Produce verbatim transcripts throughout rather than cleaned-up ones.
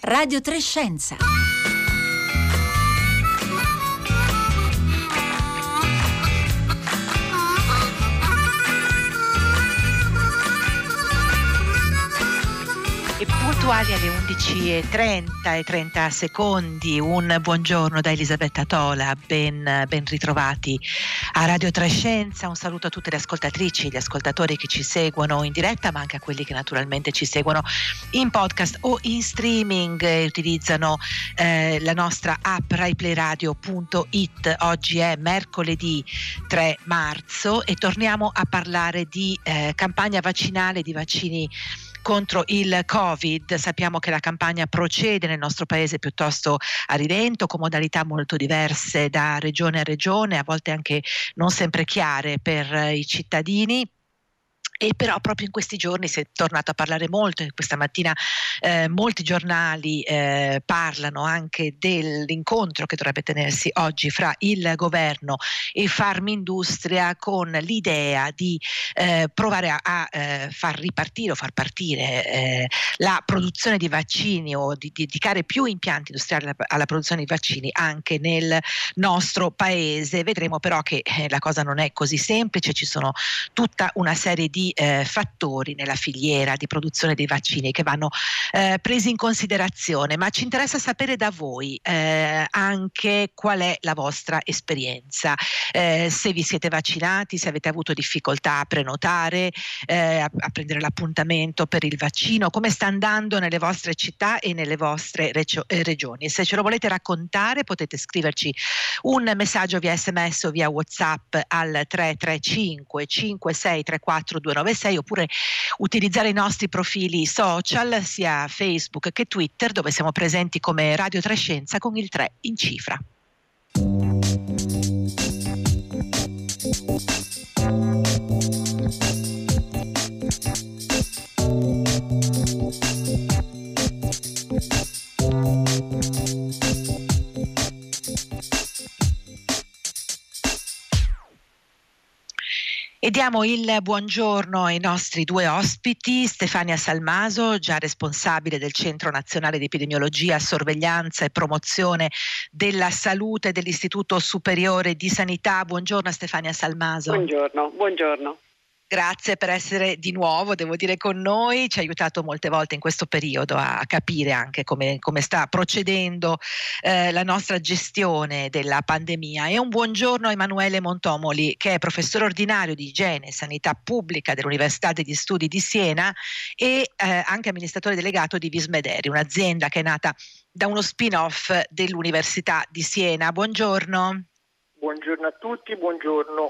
Radio tre Scienza. E puntuali alle undici e trenta e trenta secondi, un buongiorno da Elisabetta Tola, ben, ben ritrovati a Radio tre Scienza. Un saluto a tutte le ascoltatrici, gli ascoltatori che ci seguono in diretta, ma anche a quelli che naturalmente ci seguono in podcast o in streaming e utilizzano eh, la nostra app rai play radio punto it. Oggi è mercoledì tre marzo e torniamo a parlare di eh, campagna vaccinale, di vaccini contro il Covid. Sappiamo che la campagna procede nel nostro paese piuttosto a rilento, con modalità molto diverse da regione a regione, a volte anche non sempre chiare per i cittadini. E però proprio in questi giorni si è tornato a parlare molto, e questa mattina eh, molti giornali eh, parlano anche dell'incontro che dovrebbe tenersi oggi fra il governo e Farmindustria, con l'idea di eh, provare a, a eh, far ripartire o far partire eh, la produzione di vaccini, o di, di dedicare più impianti industriali alla, alla produzione di vaccini anche nel nostro paese. Vedremo però che eh, la cosa non è così semplice, ci sono tutta una serie di Eh, fattori nella filiera di produzione dei vaccini che vanno eh, presi in considerazione, ma ci interessa sapere da voi eh, anche qual è la vostra esperienza, eh, se vi siete vaccinati, se avete avuto difficoltà a prenotare, eh, a, a prendere l'appuntamento per il vaccino, come sta andando nelle vostre città e nelle vostre regio- eh, regioni. Se ce lo volete raccontare potete scriverci un messaggio via sms o via WhatsApp al tre tre cinque cinque sei tre quattro due nove sei, oppure utilizzare i nostri profili social sia Facebook che Twitter, dove siamo presenti come Radio tre Scienza con il tre in cifra. E diamo il buongiorno ai nostri due ospiti: Stefania Salmaso, già responsabile del Centro Nazionale di Epidemiologia, Sorveglianza e Promozione della Salute dell'Istituto Superiore di Sanità. Buongiorno Stefania Salmaso. Buongiorno, buongiorno. Grazie per essere di nuovo, devo dire, con noi. Ci ha aiutato molte volte in questo periodo a capire anche come, come sta procedendo eh, la nostra gestione della pandemia. E un buongiorno a Emanuele Montomoli, che è professore ordinario di Igiene e Sanità Pubblica dell'Università degli Studi di Siena e eh, anche amministratore delegato di Vismederi, un'azienda che è nata da uno spin-off dell'Università di Siena. Buongiorno. Buongiorno a tutti, buongiorno.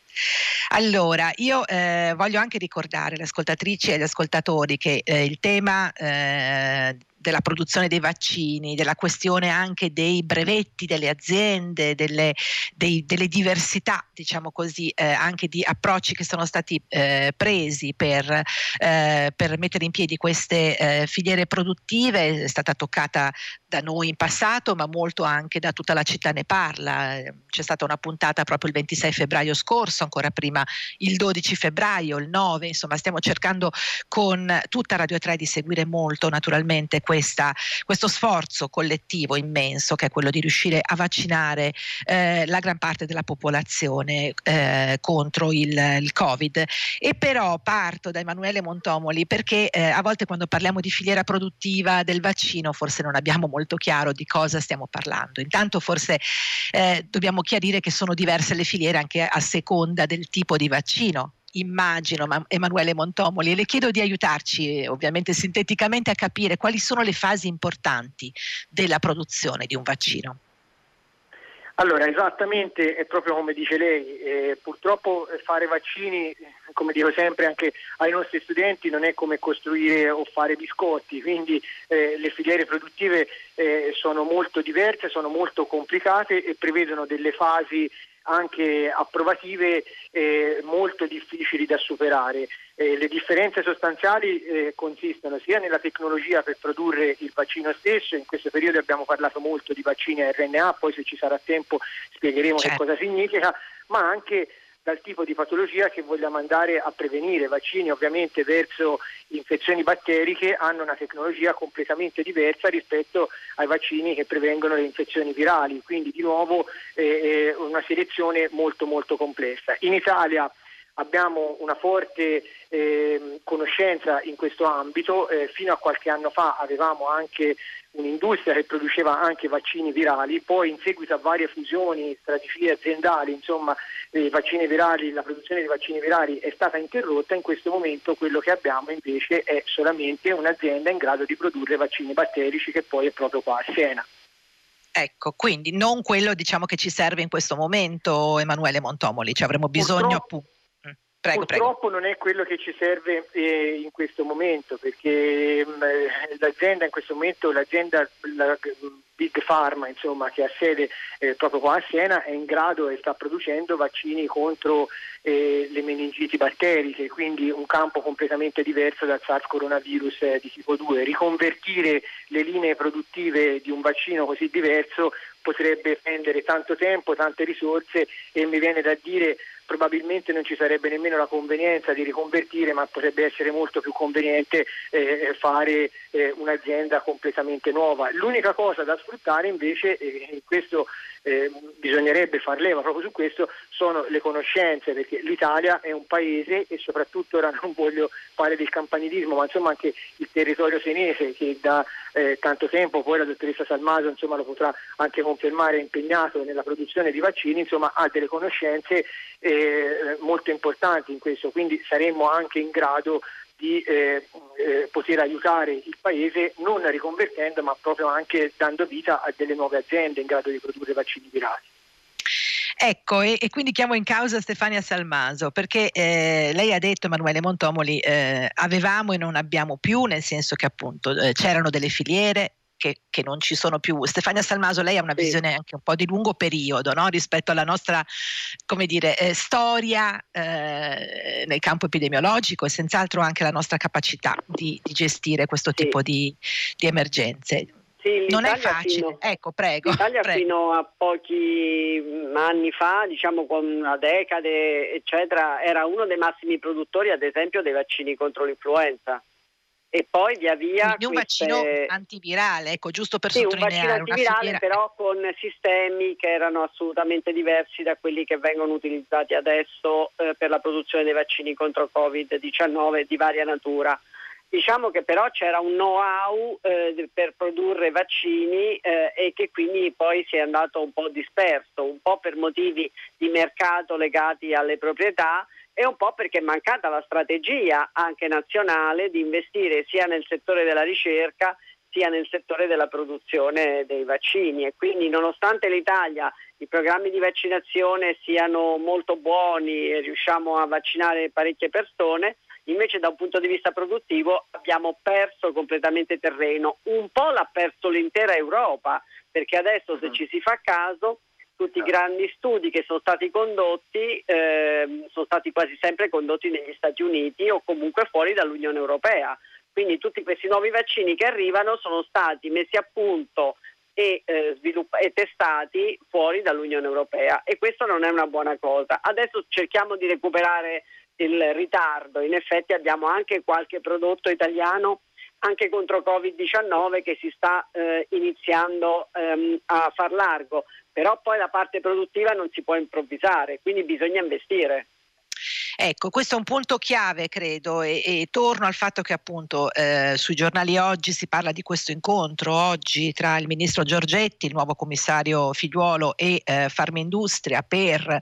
Allora, io eh, voglio anche ricordare alle ascoltatrici e agli ascoltatori che eh, il tema eh, della produzione dei vaccini, della questione anche dei brevetti delle aziende, delle, dei, delle diversità, diciamo così, eh, anche di approcci che sono stati eh, presi per, eh, per mettere in piedi queste eh, filiere produttive, è stata toccata da noi in passato, ma molto anche da tutta la città ne parla. C'è stata una puntata proprio il ventisei febbraio scorso, ancora prima il dodici febbraio, il nove, insomma stiamo cercando con tutta Radio tre di seguire molto naturalmente questa, questo sforzo collettivo immenso che è quello di riuscire a vaccinare eh, la gran parte della popolazione eh, contro il, il Covid. E però parto da Emanuele Montomoli perché eh, a volte quando parliamo di filiera produttiva del vaccino forse non abbiamo molto chiaro di cosa stiamo parlando. Intanto forse eh, dobbiamo chiarire che sono diverse le filiere anche a seconda del tipo di vaccino. Immagino, ma Emanuele Montomoli, e le chiedo di aiutarci ovviamente sinteticamente a capire quali sono le fasi importanti della produzione di un vaccino. Allora, esattamente, è proprio come dice lei, eh, purtroppo fare vaccini, come dico sempre anche ai nostri studenti, non è come costruire o fare biscotti, quindi eh, le filiere produttive eh, sono molto diverse, sono molto complicate e prevedono delle fasi anche approvative eh, molto difficili da superare. Eh, le differenze sostanziali eh, consistono sia nella tecnologia per produrre il vaccino stesso. In questo periodo abbiamo parlato molto di vaccini a erre enne a, poi se ci sarà tempo spiegheremo certo. che cosa significa, ma anche dal tipo di patologia che vogliamo andare a prevenire. Vaccini ovviamente verso infezioni batteriche hanno una tecnologia completamente diversa rispetto ai vaccini che prevengono le infezioni virali, quindi di nuovo eh, una selezione molto molto complessa. In Italia abbiamo una forte eh, conoscenza in questo ambito, eh, fino a qualche anno fa avevamo anche un'industria che produceva anche vaccini virali, poi in seguito a varie fusioni, strategie aziendali, insomma, i vaccini virali, la produzione di vaccini virali è stata interrotta. In questo momento quello che abbiamo invece è solamente un'azienda in grado di produrre vaccini batterici, che poi è proprio qua a Siena. Ecco, quindi non quello, diciamo, che ci serve in questo momento, Emanuele Montomoli, ci avremo bisogno appunto. Prego, Purtroppo prego. non è quello che ci serve eh, in questo momento, perché mh, l'azienda in questo momento, l'azienda la Big Pharma, insomma, che ha sede eh, proprio qua a Siena, è in grado e sta producendo vaccini contro eh, le meningiti batteriche, quindi un campo completamente diverso dal SARS coronavirus eh, di tipo due. Riconvertire le linee produttive di un vaccino così diverso potrebbe prendere tanto tempo, tante risorse, e mi viene da dire probabilmente non ci sarebbe nemmeno la convenienza di riconvertire, ma potrebbe essere molto più conveniente eh, fare eh, un'azienda completamente nuova. L'unica cosa da sfruttare invece, e eh, questo eh, bisognerebbe far leva proprio su questo, sono le conoscenze, perché l'Italia è un paese, e soprattutto ora non voglio fare del campanilismo, ma insomma anche il territorio senese, che da eh, tanto tempo, poi la dottoressa Salmaso insomma lo potrà anche confermare, è impegnato nella produzione di vaccini, insomma ha delle conoscenze eh, molto importanti in questo, quindi saremmo anche in grado di eh, eh, poter aiutare il paese, non riconvertendo ma proprio anche dando vita a delle nuove aziende in grado di produrre vaccini virali. Ecco, e, e quindi chiamo in causa Stefania Salmaso, perché eh, lei ha detto, Emanuele Montomoli, eh, avevamo e non abbiamo più, nel senso che appunto eh, c'erano delle filiere Che, che non ci sono più. Stefania Salmaso, lei ha una Sì. visione anche un po' di lungo periodo, no? Rispetto alla nostra, come dire, eh, storia eh, nel campo epidemiologico, e senz'altro anche la nostra capacità di, di gestire questo Sì. tipo di, di emergenze. Sì, non è l'Italia facile, fino, ecco, prego. L'Italia prego. fino a pochi anni fa, diciamo con una decade, eccetera, era uno dei massimi produttori, ad esempio, dei vaccini contro l'influenza. E poi via via Quindi un queste... vaccino antivirale, ecco, giusto per sì, un vaccino sottolineare antivirale, una filiera, però con sistemi che erano assolutamente diversi da quelli che vengono utilizzati adesso eh, per la produzione dei vaccini contro covid diciannove di varia natura. Diciamo che però c'era un know-how eh, per produrre vaccini eh, e che quindi poi si è andato un po' disperso, un po' per motivi di mercato legati alle proprietà, e un po' perché è mancata la strategia anche nazionale di investire sia nel settore della ricerca sia nel settore della produzione dei vaccini. E quindi, nonostante l'Italia, i programmi di vaccinazione siano molto buoni e riusciamo a vaccinare parecchie persone, invece da un punto di vista produttivo abbiamo perso completamente terreno. Un po' l'ha perso l'intera Europa, perché adesso, se ci si fa caso, tutti i grandi studi che sono stati condotti eh, sono stati quasi sempre condotti negli Stati Uniti o comunque fuori dall'Unione Europea. Quindi tutti questi nuovi vaccini che arrivano sono stati messi a punto e, eh, sviluppa- e testati fuori dall'Unione Europea, e questo non è una buona cosa. Adesso cerchiamo di recuperare il ritardo. In effetti abbiamo anche qualche prodotto italiano anche contro covid diciannove che si sta eh, iniziando ehm, a far largo, però poi la parte produttiva non si può improvvisare, quindi bisogna investire. Ecco, questo è un punto chiave, credo, e, e torno al fatto che appunto eh, sui giornali oggi si parla di questo incontro oggi tra il ministro Giorgetti, il nuovo commissario Figliuolo, e eh, Farmindustria, per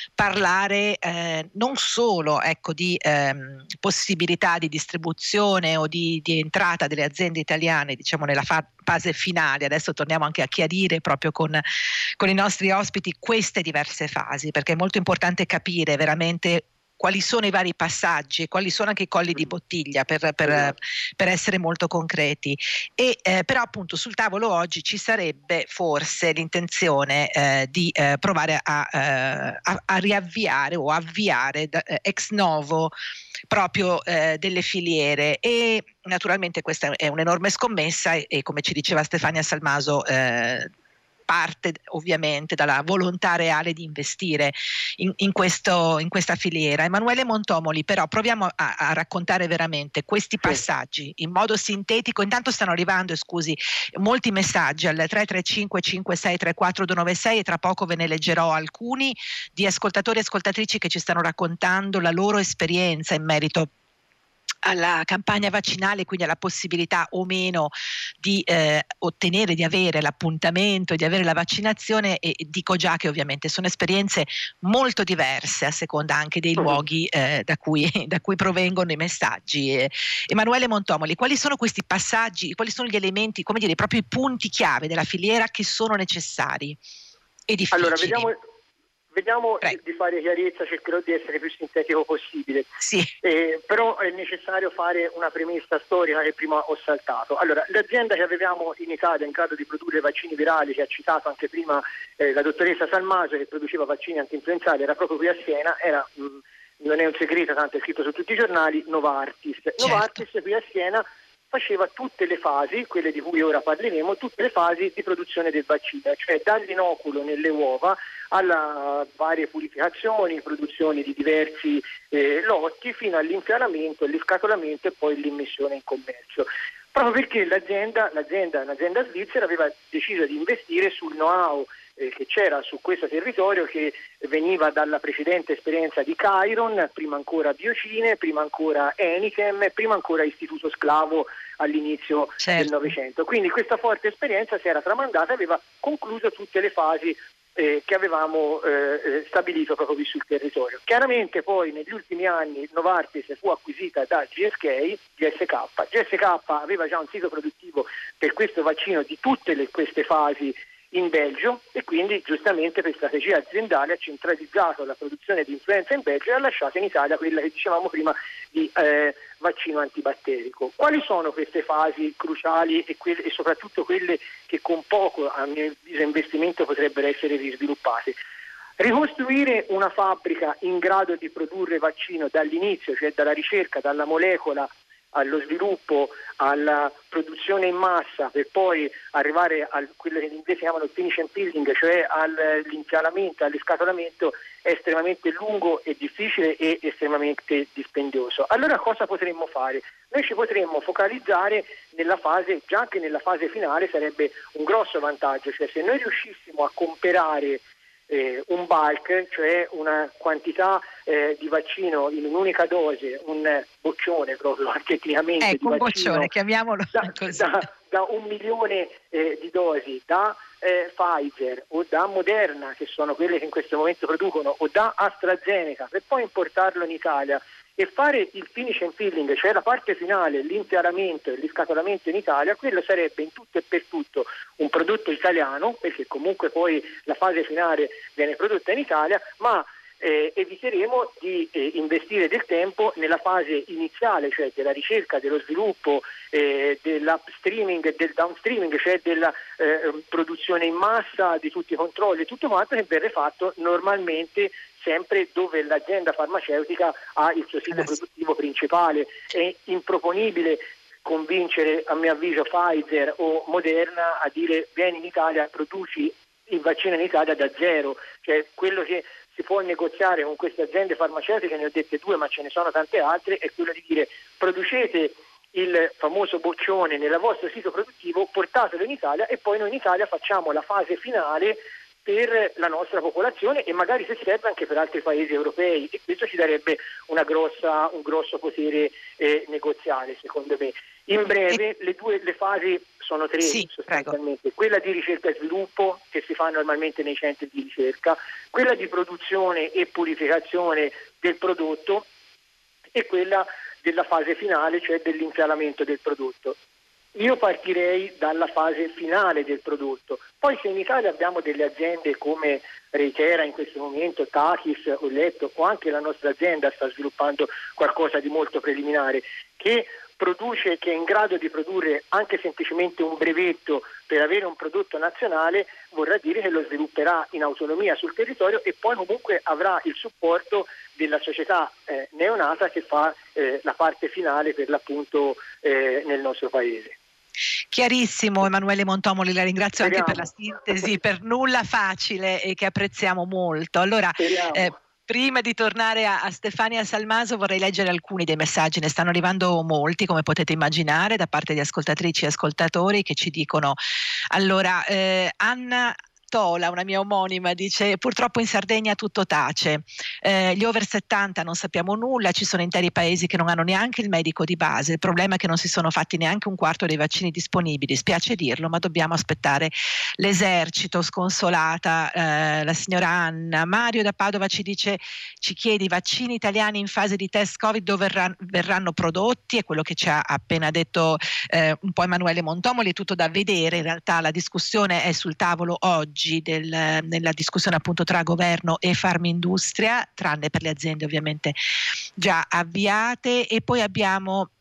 parlare eh, non solo, ecco, di ehm, possibilità di distribuzione o di, di entrata delle aziende italiane, diciamo, nella fa- fase finale. Adesso torniamo anche a chiarire proprio con, con i nostri ospiti queste diverse fasi, perché è molto importante capire veramente quali sono i vari passaggi e quali sono anche i colli di bottiglia, per, per, per essere molto concreti. E eh, però appunto sul tavolo oggi ci sarebbe forse l'intenzione eh, di eh, provare a, eh, a, a riavviare o avviare da, eh, ex novo proprio eh, delle filiere, e naturalmente questa è un'enorme scommessa, e, e come ci diceva Stefania Salmaso, eh, parte ovviamente dalla volontà reale di investire in, in, questo, in questa filiera. Emanuele Montomoli, però proviamo a, a raccontare veramente questi passaggi in modo sintetico. Intanto stanno arrivando, scusi, molti messaggi al tre tre cinque cinque sei tre quattro due nove sei e tra poco ve ne leggerò alcuni di ascoltatori e ascoltatrici che ci stanno raccontando la loro esperienza in merito alla campagna vaccinale, quindi alla possibilità o meno di eh, ottenere, di avere l'appuntamento, di avere la vaccinazione, e dico già che ovviamente sono esperienze molto diverse a seconda anche dei luoghi eh, da, cui, da cui provengono i messaggi. Eh, Emanuele Montomoli, quali sono questi passaggi, quali sono gli elementi, come dire, proprio i punti chiave della filiera che sono necessari e difficili? Allora, vediamo... Vediamo di fare chiarezza, cercherò di essere più sintetico possibile. Sì. Eh, però è necessario fare una premessa storica che prima ho saltato. Allora, l'azienda che avevamo in Italia in grado di produrre vaccini virali, che ha citato anche prima eh, la dottoressa Salmaso, che produceva vaccini antinfluenzali, era proprio qui a Siena, era, mh, non è un segreto, tanto è scritto su tutti i giornali, Novartis. Certo. Novartis qui a Siena faceva tutte le fasi, quelle di cui ora parleremo, tutte le fasi di produzione del vaccino, cioè dall'inoculo nelle uova alla varie purificazioni, produzioni di diversi eh, lotti, fino all'infialamento, all'iscatolamento e poi l'immissione in commercio. Proprio perché l'azienda, l'azienda, un'azienda svizzera, aveva deciso di investire sul know-how eh, che c'era su questo territorio, che veniva dalla precedente esperienza di Chiron, prima ancora Biocine, prima ancora Enichem, prima ancora Istituto Sclavo all'inizio certo. del Novecento. Quindi questa forte esperienza si era tramandata e aveva concluso tutte le fasi Eh, che avevamo eh, stabilito proprio qui sul territorio. Chiaramente poi negli ultimi anni Novartis fu acquisita da G S K, G S K. G S K aveva già un sito produttivo per questo vaccino di tutte le, queste fasi in Belgio, e quindi giustamente per strategia aziendale ha centralizzato la produzione di influenza in Belgio e ha lasciato in Italia quella che dicevamo prima di eh, vaccino antibatterico. Quali sono queste fasi cruciali e, quelle, e soprattutto quelle che con poco, a mio avviso, investimento potrebbero essere risviluppate? Ricostruire una fabbrica in grado di produrre vaccino dall'inizio, cioè dalla ricerca, dalla molecola allo sviluppo, alla produzione in massa, per poi arrivare a quello che in inglese chiamano il finish and filling, cioè all'infialamento, all'escatolamento, è estremamente lungo e difficile e estremamente dispendioso. Allora cosa potremmo fare? Noi ci potremmo focalizzare nella fase, già che nella fase finale sarebbe un grosso vantaggio, cioè se noi riuscissimo a comprare Eh, un bulk, cioè una quantità eh, di vaccino in un'unica dose, un boccione proprio anche tecnicamente ecco, di vaccino, un boccione, chiamiamolo da, così. Da, da un milione eh, di dosi da eh, Pfizer o da Moderna, che sono quelle che in questo momento producono, o da AstraZeneca, per poi importarlo in Italia e fare il finish and filling, cioè la parte finale, l'infialamento e l'iscatolamento in Italia, quello sarebbe in tutto e per tutto un prodotto italiano, perché comunque poi la fase finale viene prodotta in Italia, ma eh, eviteremo di eh, investire del tempo nella fase iniziale, cioè della ricerca, dello sviluppo, eh, dell'upstreaming e del downstreaming, cioè della eh, produzione in massa, di tutti i controlli e tutto quanto, che verrebbe fatto normalmente sempre dove l'azienda farmaceutica ha il suo sito produttivo principale. È improponibile convincere, a mio avviso, Pfizer o Moderna a dire vieni in Italia, produci il vaccino in Italia da zero, cioè quello che si può negoziare con queste aziende farmaceutiche, ne ho dette due ma ce ne sono tante altre, è quello di dire producete il famoso boccione nel vostro sito produttivo, portatelo in Italia e poi noi in Italia facciamo la fase finale per la nostra popolazione e magari se serve anche per altri paesi europei, e questo ci darebbe una grossa, un grosso potere eh, negoziale, secondo me. In breve le due le fasi sono tre sì, sostanzialmente, prego. Quella di ricerca e sviluppo che si fa normalmente nei centri di ricerca, quella di produzione e purificazione del prodotto e quella della fase finale, cioè dell'infialamento del prodotto. Io partirei dalla fase finale del prodotto. Poi se in Italia abbiamo delle aziende come Reitera in questo momento, Takis, ho letto, o anche la nostra azienda sta sviluppando qualcosa di molto preliminare, che produce, che è in grado di produrre anche semplicemente un brevetto per avere un prodotto nazionale, vorrà dire che lo svilupperà in autonomia sul territorio e poi comunque avrà il supporto della società eh, neonata che fa eh, la parte finale per l'appunto eh, nel nostro paese. Chiarissimo Emanuele Montomoli, la ringrazio Speriamo. anche per la sintesi, per nulla facile e che apprezziamo molto. Allora, eh, prima di tornare a, a Stefania Salmaso vorrei leggere alcuni dei messaggi, ne stanno arrivando molti come potete immaginare da parte di ascoltatrici e ascoltatori che ci dicono. Allora, eh, Anna Tola, una mia omonima, dice purtroppo in Sardegna tutto tace, eh, gli over settanta non sappiamo nulla, ci sono interi paesi che non hanno neanche il medico di base, il problema è che non si sono fatti neanche un quarto dei vaccini disponibili, spiace dirlo ma dobbiamo aspettare l'esercito. Sconsolata eh, la signora Anna. Mario da Padova ci dice, ci chiede i vaccini italiani in fase di test Covid dove verranno, verranno prodotti, è quello che ci ha appena detto eh, un po' Emanuele Montomoli, è tutto da vedere, in realtà la discussione è sul tavolo oggi Del, nella discussione appunto tra governo e Farmindustria, tranne per le aziende ovviamente già avviate. E poi abbiamo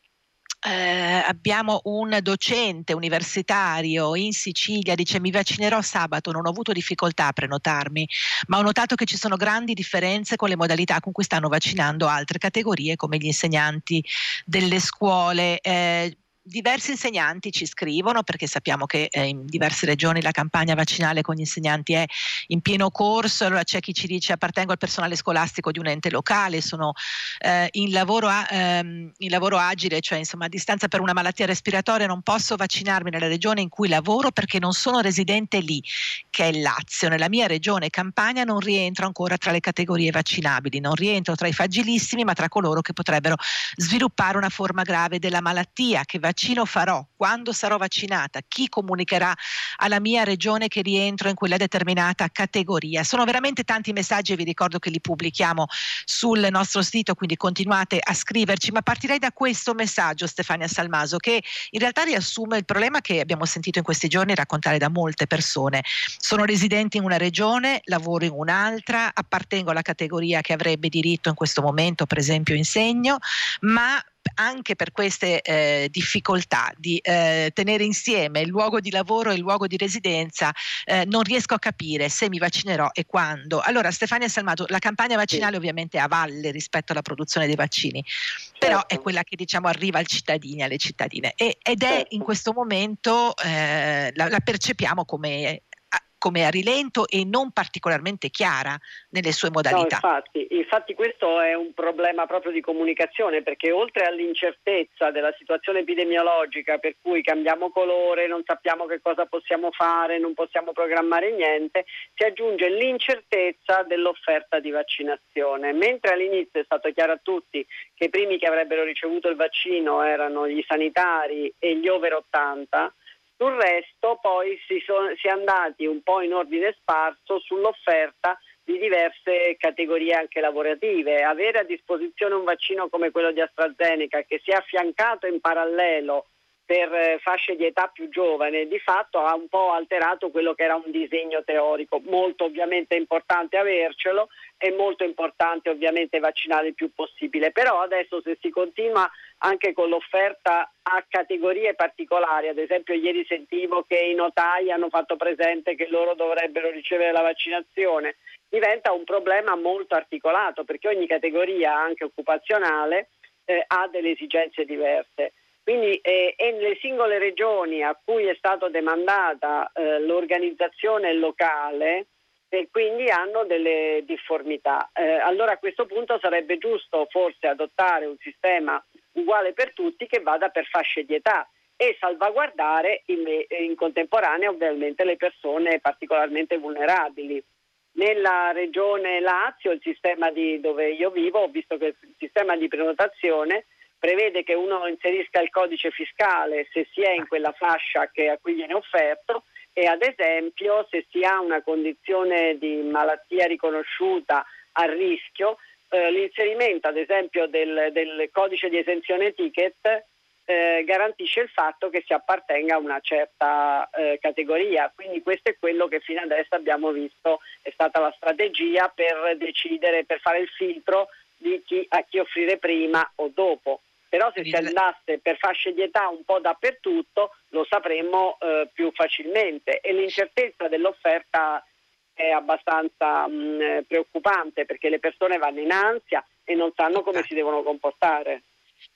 Eh, abbiamo un docente universitario in Sicilia, dice mi vaccinerò sabato, non ho avuto difficoltà a prenotarmi, ma ho notato che ci sono grandi differenze con le modalità con cui stanno vaccinando altre categorie come gli insegnanti delle scuole. Eh, Diversi insegnanti ci scrivono perché sappiamo che eh, in diverse regioni la campagna vaccinale con gli insegnanti è in pieno corso. Allora c'è chi ci dice appartengo al personale scolastico di un ente locale, sono eh, in, lavoro a, ehm, in lavoro agile, cioè insomma a distanza per una malattia respiratoria, non posso vaccinarmi nella regione in cui lavoro perché non sono residente lì, che è il Lazio. Nella mia regione Campania non rientro ancora tra le categorie vaccinabili, non rientro tra i fragilissimi ma tra coloro che potrebbero sviluppare una forma grave della malattia. Che vaccino farò? Quando sarò vaccinata? Chi comunicherà alla mia regione che rientro in quella determinata categoria? Sono veramente tanti messaggi e vi ricordo che li pubblichiamo sul nostro sito, quindi continuate a scriverci, ma partirei da questo messaggio, Stefania Salmaso, che in realtà riassume il problema che abbiamo sentito in questi giorni raccontare da molte persone. Sono residenti in una regione, lavoro in un'altra, appartengo alla categoria che avrebbe diritto in questo momento, per esempio insegno, ma anche per queste eh, difficoltà di eh, tenere insieme il luogo di lavoro e il luogo di residenza, eh, non riesco a capire se mi vaccinerò e quando. Allora Stefania Salmato, la campagna vaccinale sì, ovviamente è a valle rispetto alla produzione dei vaccini, certo, però è quella che diciamo arriva ai cittadini, alle cittadine e, ed è certo, in questo momento eh, la, la percepiamo come come a rilento e non particolarmente chiara nelle sue modalità. No, infatti, infatti questo è un problema proprio di comunicazione, perché oltre all'incertezza della situazione epidemiologica per cui cambiamo colore, non sappiamo che cosa possiamo fare, non possiamo programmare niente, si aggiunge l'incertezza dell'offerta di vaccinazione. Mentre all'inizio è stato chiaro a tutti che i primi che avrebbero ricevuto il vaccino erano gli sanitari e gli over ottanta, sul resto poi si, sono, si è andati un po' in ordine sparso sull'offerta di diverse categorie anche lavorative. Avere a disposizione un vaccino come quello di AstraZeneca che si è affiancato in parallelo per fasce di età più giovane, di fatto ha un po' alterato quello che era un disegno teorico. Molto ovviamente importante avercelo, è molto importante ovviamente vaccinare il più possibile, però adesso se si continua anche con l'offerta a categorie particolari, ad esempio ieri sentivo che i notai hanno fatto presente che loro dovrebbero ricevere la vaccinazione, diventa un problema molto articolato perché ogni categoria anche occupazionale eh, ha delle esigenze diverse. Quindi eh, e nelle singole regioni a cui è stata demandata eh, l'organizzazione locale e quindi hanno delle difformità. Eh, allora a questo punto sarebbe giusto forse adottare un sistema uguale per tutti che vada per fasce di età e salvaguardare in, in contemporanea ovviamente le persone particolarmente vulnerabili. Nella regione Lazio, il sistema di dove io vivo, ho visto che il sistema di prenotazione prevede che uno inserisca il codice fiscale se si è in quella fascia che a cui viene offerto e ad esempio se si ha una condizione di malattia riconosciuta a rischio, eh, l'inserimento ad esempio del, del codice di esenzione ticket eh, garantisce il fatto che si appartenga a una certa eh, categoria. Quindi questo è quello che fino adesso abbiamo visto è stata la strategia per decidere, per fare il filtro di chi, a chi offrire prima o dopo. Però se si andasse per fasce di età un po' dappertutto lo sapremmo eh, più facilmente e l'incertezza dell'offerta è abbastanza mh, preoccupante perché le persone vanno in ansia e non sanno come si devono comportare.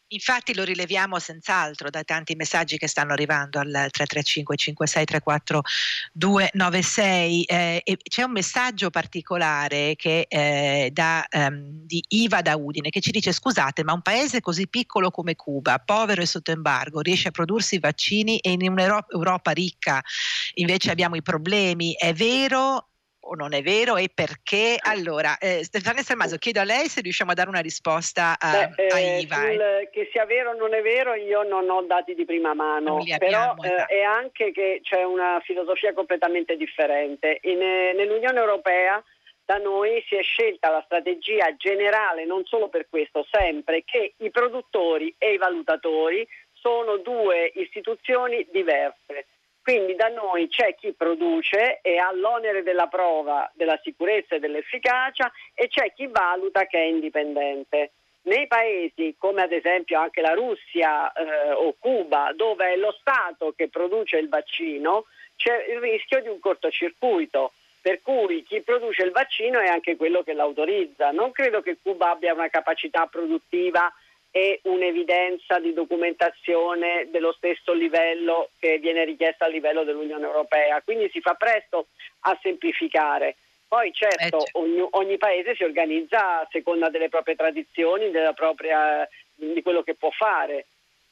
Infatti lo rileviamo senz'altro da tanti messaggi che stanno arrivando al tre tre cinque cinque sei tre quattro due nove sei, eh, e c'è un messaggio particolare che eh, da, ehm, di Iva da Udine, che ci dice: scusate, ma un paese così piccolo come Cuba, povero e sotto embargo, riesce a prodursi vaccini e in un'Europa ricca invece abbiamo i problemi, è vero o non è vero, e perché? Allora, eh, Stefania Salmaso, chiedo a lei se riusciamo a dare una risposta a, Beh, eh, a Iva. sul, che sia vero o non è vero, io non ho dati di prima mano, però eh, esatto. è anche che c'è una filosofia completamente differente. In, eh, nell'Unione Europea da noi si è scelta la strategia generale, non solo per questo, sempre, che i produttori e i valutatori sono due istituzioni diverse. Quindi da noi c'è chi produce e ha l'onere della prova della sicurezza e dell'efficacia, e c'è chi valuta, che è indipendente. Nei paesi come ad esempio anche la Russia eh, o Cuba, dove è lo Stato che produce il vaccino, c'è il rischio di un cortocircuito, per cui chi produce il vaccino è anche quello che l'autorizza. Non credo che Cuba abbia una capacità produttiva e un'evidenza di documentazione dello stesso livello che viene richiesta a livello dell'Unione Europea, quindi si fa presto a semplificare. Poi certo ogni, ogni paese si organizza a seconda delle proprie tradizioni, della propria, di quello che può fare.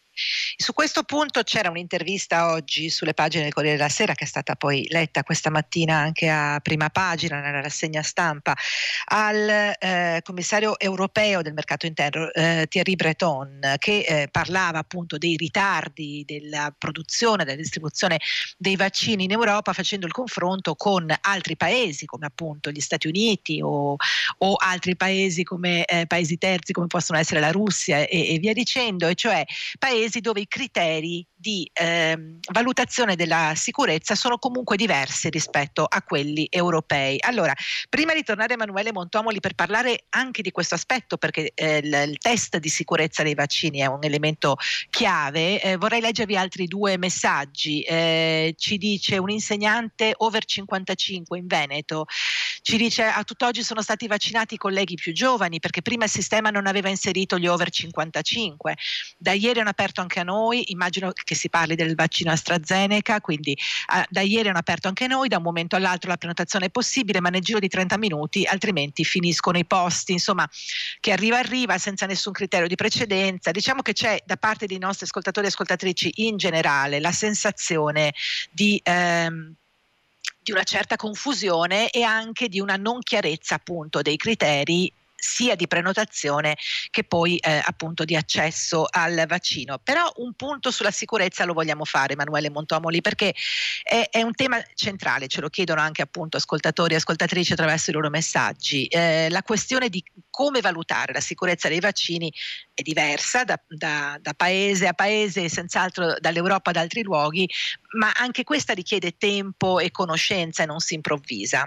Su questo punto c'era un'intervista oggi sulle pagine del Corriere della Sera, che è stata poi letta questa mattina anche a prima pagina nella rassegna stampa, al eh, commissario europeo del mercato interno eh, Thierry Breton, che eh, parlava appunto dei ritardi della produzione, della distribuzione dei vaccini in Europa, facendo il confronto con altri paesi come appunto gli Stati Uniti o, o altri paesi come eh, paesi terzi come possono essere la Russia e, e via dicendo, e cioè paesi dove i criteri di ehm, valutazione della sicurezza sono comunque diversi rispetto a quelli europei. Allora, prima di tornare a Emanuele Montomoli per parlare anche di questo aspetto, perché eh, il, il test di sicurezza dei vaccini è un elemento chiave, eh, vorrei leggervi altri due messaggi. Eh, ci dice un insegnante over cinquantacinque in Veneto, ci dice: a tutt'oggi sono stati vaccinati i colleghi più giovani perché prima il sistema non aveva inserito gli over cinquantacinque. Da ieri hanno aperto anche a noi, immagino che si parli del vaccino AstraZeneca, quindi eh, da ieri hanno aperto anche noi, da un momento all'altro la prenotazione è possibile, ma nel giro di trenta minuti, altrimenti finiscono i posti. Insomma, che arriva arriva senza nessun criterio di precedenza. Diciamo che c'è da parte dei nostri ascoltatori e ascoltatrici in generale la sensazione di ehm, di una certa confusione e anche di una non chiarezza appunto dei criteri sia di prenotazione che poi eh, appunto di accesso al vaccino. Però un punto sulla sicurezza lo vogliamo fare, Emanuele Montomoli, perché è, è un tema centrale, ce lo chiedono anche appunto ascoltatori e ascoltatrici attraverso i loro messaggi. Eh, la questione di come valutare la sicurezza dei vaccini è diversa da, da, da paese a paese, senz'altro dall'Europa ad altri luoghi, ma anche questa richiede tempo e conoscenza e non si improvvisa.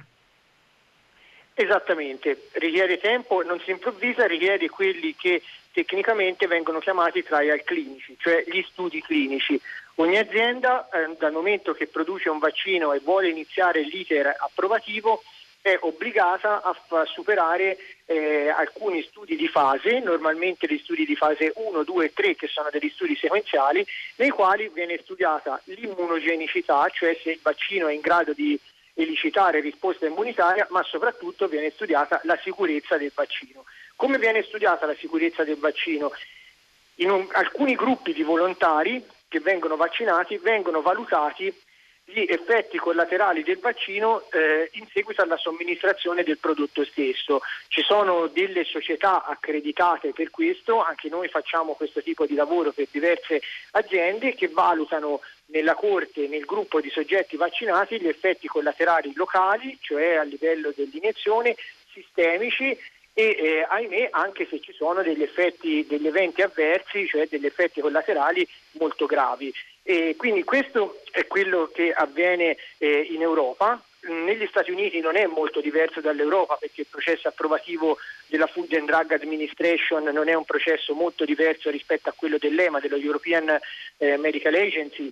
Esattamente, richiede tempo, non si improvvisa, richiede quelli che tecnicamente vengono chiamati trial clinici, cioè gli studi clinici. Ogni azienda, eh, dal momento che produce un vaccino e vuole iniziare l'iter approvativo, è obbligata a, a superare eh, alcuni studi di fase, normalmente gli studi di fase uno, due e tre, che sono degli studi sequenziali, nei quali viene studiata l'immunogenicità, cioè se il vaccino è in grado di elicitare risposta immunitaria, ma soprattutto viene studiata la sicurezza del vaccino. Come viene studiata la sicurezza del vaccino? In un, alcuni gruppi di volontari che vengono vaccinati vengono valutati gli effetti collaterali del vaccino eh, in seguito alla somministrazione del prodotto stesso. Ci sono delle società accreditate per questo, anche noi facciamo questo tipo di lavoro per diverse aziende che valutano nella corte, nel gruppo di soggetti vaccinati, gli effetti collaterali locali, cioè a livello dell'iniezione, sistemici e eh, ahimè anche se ci sono degli effetti, degli eventi avversi, cioè degli effetti collaterali molto gravi. E quindi questo è quello che avviene eh, in Europa. Negli Stati Uniti non è molto diverso dall'Europa, perché il processo approvativo della Food and Drug Administration non è un processo molto diverso rispetto a quello dell'E M A, dello European eh, Medical Agency.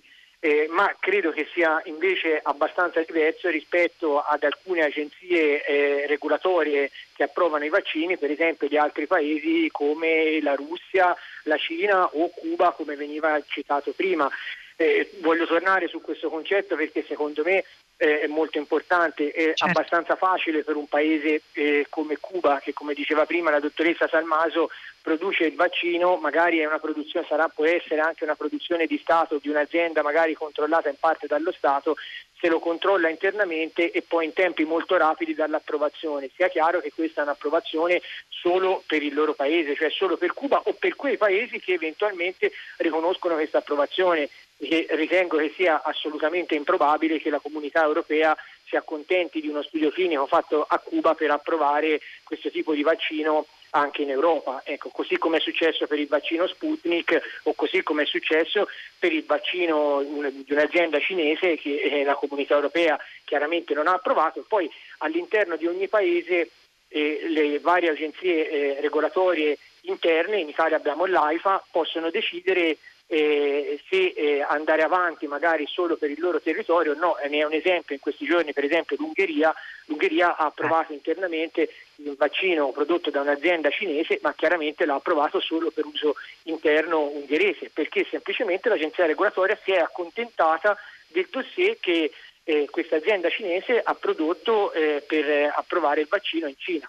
Eh, ma credo che sia invece abbastanza diverso rispetto ad alcune agenzie eh, regolatorie che approvano i vaccini, per esempio di altri paesi come la Russia, la Cina o Cuba, come veniva citato prima. Eh, voglio tornare su questo concetto perché secondo me eh, è molto importante, è certo. abbastanza facile per un paese eh, come Cuba, che come diceva prima la dottoressa Salmaso produce il vaccino, magari è una produzione, sarà, può essere anche una produzione di Stato, di un'azienda magari controllata in parte dallo Stato, se lo controlla internamente e poi in tempi molto rapidi dall'approvazione. Sia chiaro che questa è un'approvazione solo per il loro paese, cioè solo per Cuba o per quei paesi che eventualmente riconoscono questa approvazione, e ritengo che sia assolutamente improbabile che la comunità europea si accontenti di uno studio clinico fatto a Cuba per approvare questo tipo di vaccino anche in Europa. Ecco, così come è successo per il vaccino Sputnik o così come è successo per il vaccino di un'azienda cinese che la comunità europea chiaramente non ha approvato. E poi all'interno di ogni paese eh, le varie agenzie eh, regolatorie interne, in Italia abbiamo l'AIFA, possono decidere Eh, se eh, andare avanti magari solo per il loro territorio. No, ne è un esempio in questi giorni, per esempio l'Ungheria l'Ungheria ha approvato internamente il vaccino prodotto da un'azienda cinese, ma chiaramente l'ha approvato solo per uso interno ungherese, perché semplicemente l'agenzia regolatoria si è accontentata del dossier che eh, questa azienda cinese ha prodotto eh, per eh, approvare il vaccino in Cina.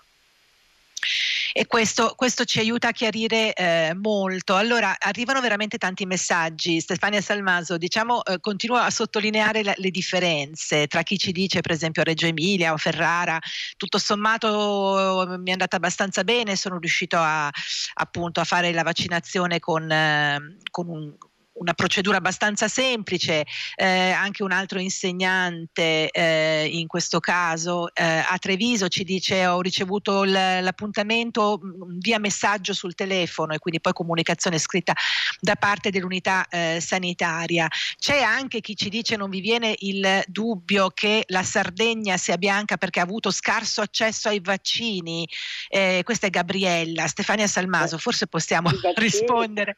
E questo, questo ci aiuta a chiarire eh, molto. Allora, arrivano veramente tanti messaggi. Stefania Salmaso, diciamo, eh, continua a sottolineare la, le differenze tra chi ci dice, per esempio, a Reggio Emilia o Ferrara, tutto sommato eh, mi è andata abbastanza bene, sono riuscito a, appunto, a fare la vaccinazione con, eh, con un una procedura abbastanza semplice, eh, anche un altro insegnante eh, in questo caso eh, a Treviso ci dice: ho ricevuto l- l'appuntamento via messaggio sul telefono e quindi poi comunicazione scritta da parte dell'unità eh, sanitaria. C'è anche chi ci dice: non vi viene il dubbio che la Sardegna sia bianca perché ha avuto scarso accesso ai vaccini? Eh, questa è Gabriella. Stefania Salmaso, forse possiamo rispondere.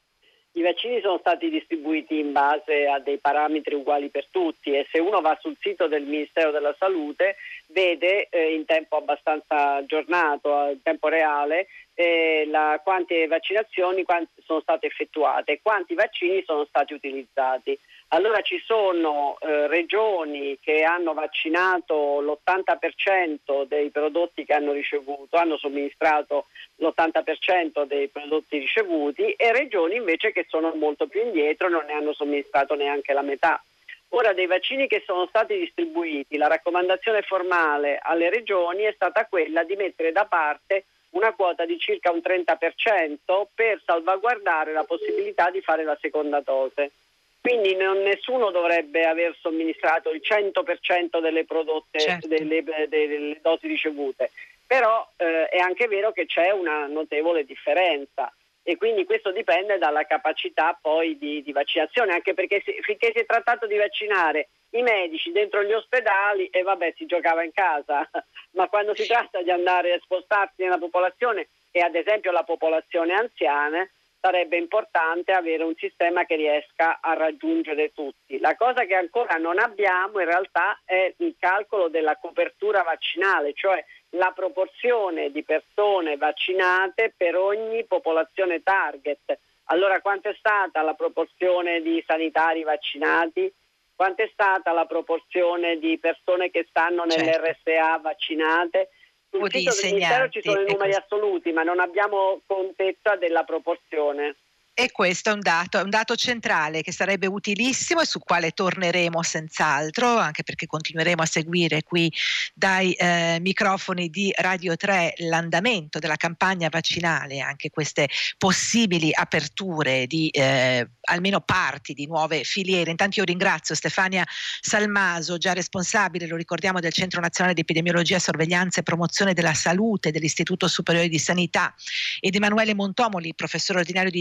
I vaccini sono stati distribuiti in base a dei parametri uguali per tutti e se uno va sul sito del Ministero della Salute vede eh, in tempo abbastanza aggiornato, in tempo reale, eh, la, quante vaccinazioni quante sono state effettuate e quanti vaccini sono stati utilizzati. Allora ci sono eh, regioni che hanno vaccinato l'ottanta per cento dei prodotti che hanno ricevuto, hanno somministrato l'ottanta per cento dei prodotti ricevuti e regioni invece che sono molto più indietro, non ne hanno somministrato neanche la metà. Ora, dei vaccini che sono stati distribuiti, la raccomandazione formale alle regioni è stata quella di mettere da parte una quota di circa un trenta per cento per salvaguardare la possibilità di fare la seconda dose. Quindi non, nessuno dovrebbe aver somministrato il cento per cento delle prodotte, certo. delle, delle dosi ricevute, però eh, è anche vero che c'è una notevole differenza e quindi questo dipende dalla capacità poi di, di vaccinazione, anche perché si, finché si è trattato di vaccinare i medici dentro gli ospedali e vabbè si giocava in casa, ma quando si tratta di andare a spostarsi nella popolazione e ad esempio la popolazione anziana, sarebbe importante avere un sistema che riesca a raggiungere tutti. La cosa che ancora non abbiamo in realtà è il calcolo della copertura vaccinale, cioè la proporzione di persone vaccinate per ogni popolazione target. Allora, quanto è stata la proporzione di sanitari vaccinati? Quanto è stata la proporzione di persone che stanno nell'R S A vaccinate? Sul sito del Ministero ci sono i numeri assoluti, ma non abbiamo contezza della proporzione. E questo è un dato, è un dato centrale che sarebbe utilissimo e sul quale torneremo senz'altro, anche perché continueremo a seguire qui dai eh, microfoni di Radio tre l'andamento della campagna vaccinale, anche queste possibili aperture di eh, almeno parti di nuove filiere. Intanto io ringrazio Stefania Salmaso, già responsabile, lo ricordiamo, del Centro Nazionale di Epidemiologia, Sorveglianza e Promozione della Salute dell'Istituto Superiore di Sanità, ed Emanuele Montomoli, professore ordinario di Igiene,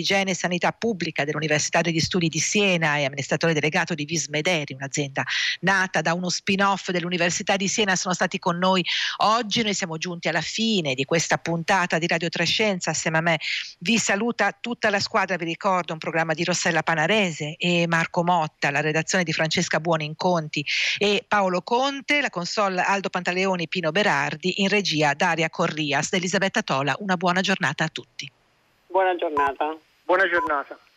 sanità pubblica dell'Università degli Studi di Siena e amministratore delegato di Vismederi, un'azienda nata da uno spin-off dell'Università di Siena, sono stati con noi oggi. Noi siamo giunti alla fine di questa puntata di Radio Trescenza. Assieme a me vi saluta tutta la squadra. Vi ricordo un programma di Rossella Panarese e Marco Motta, la redazione di Francesca Buoninconti e Paolo Conte, la console Aldo Pantaleoni, Pino Berardi, in regia Daria Corrias, da Elisabetta Tola. Una buona giornata a tutti. Buona giornata. Buona giornata.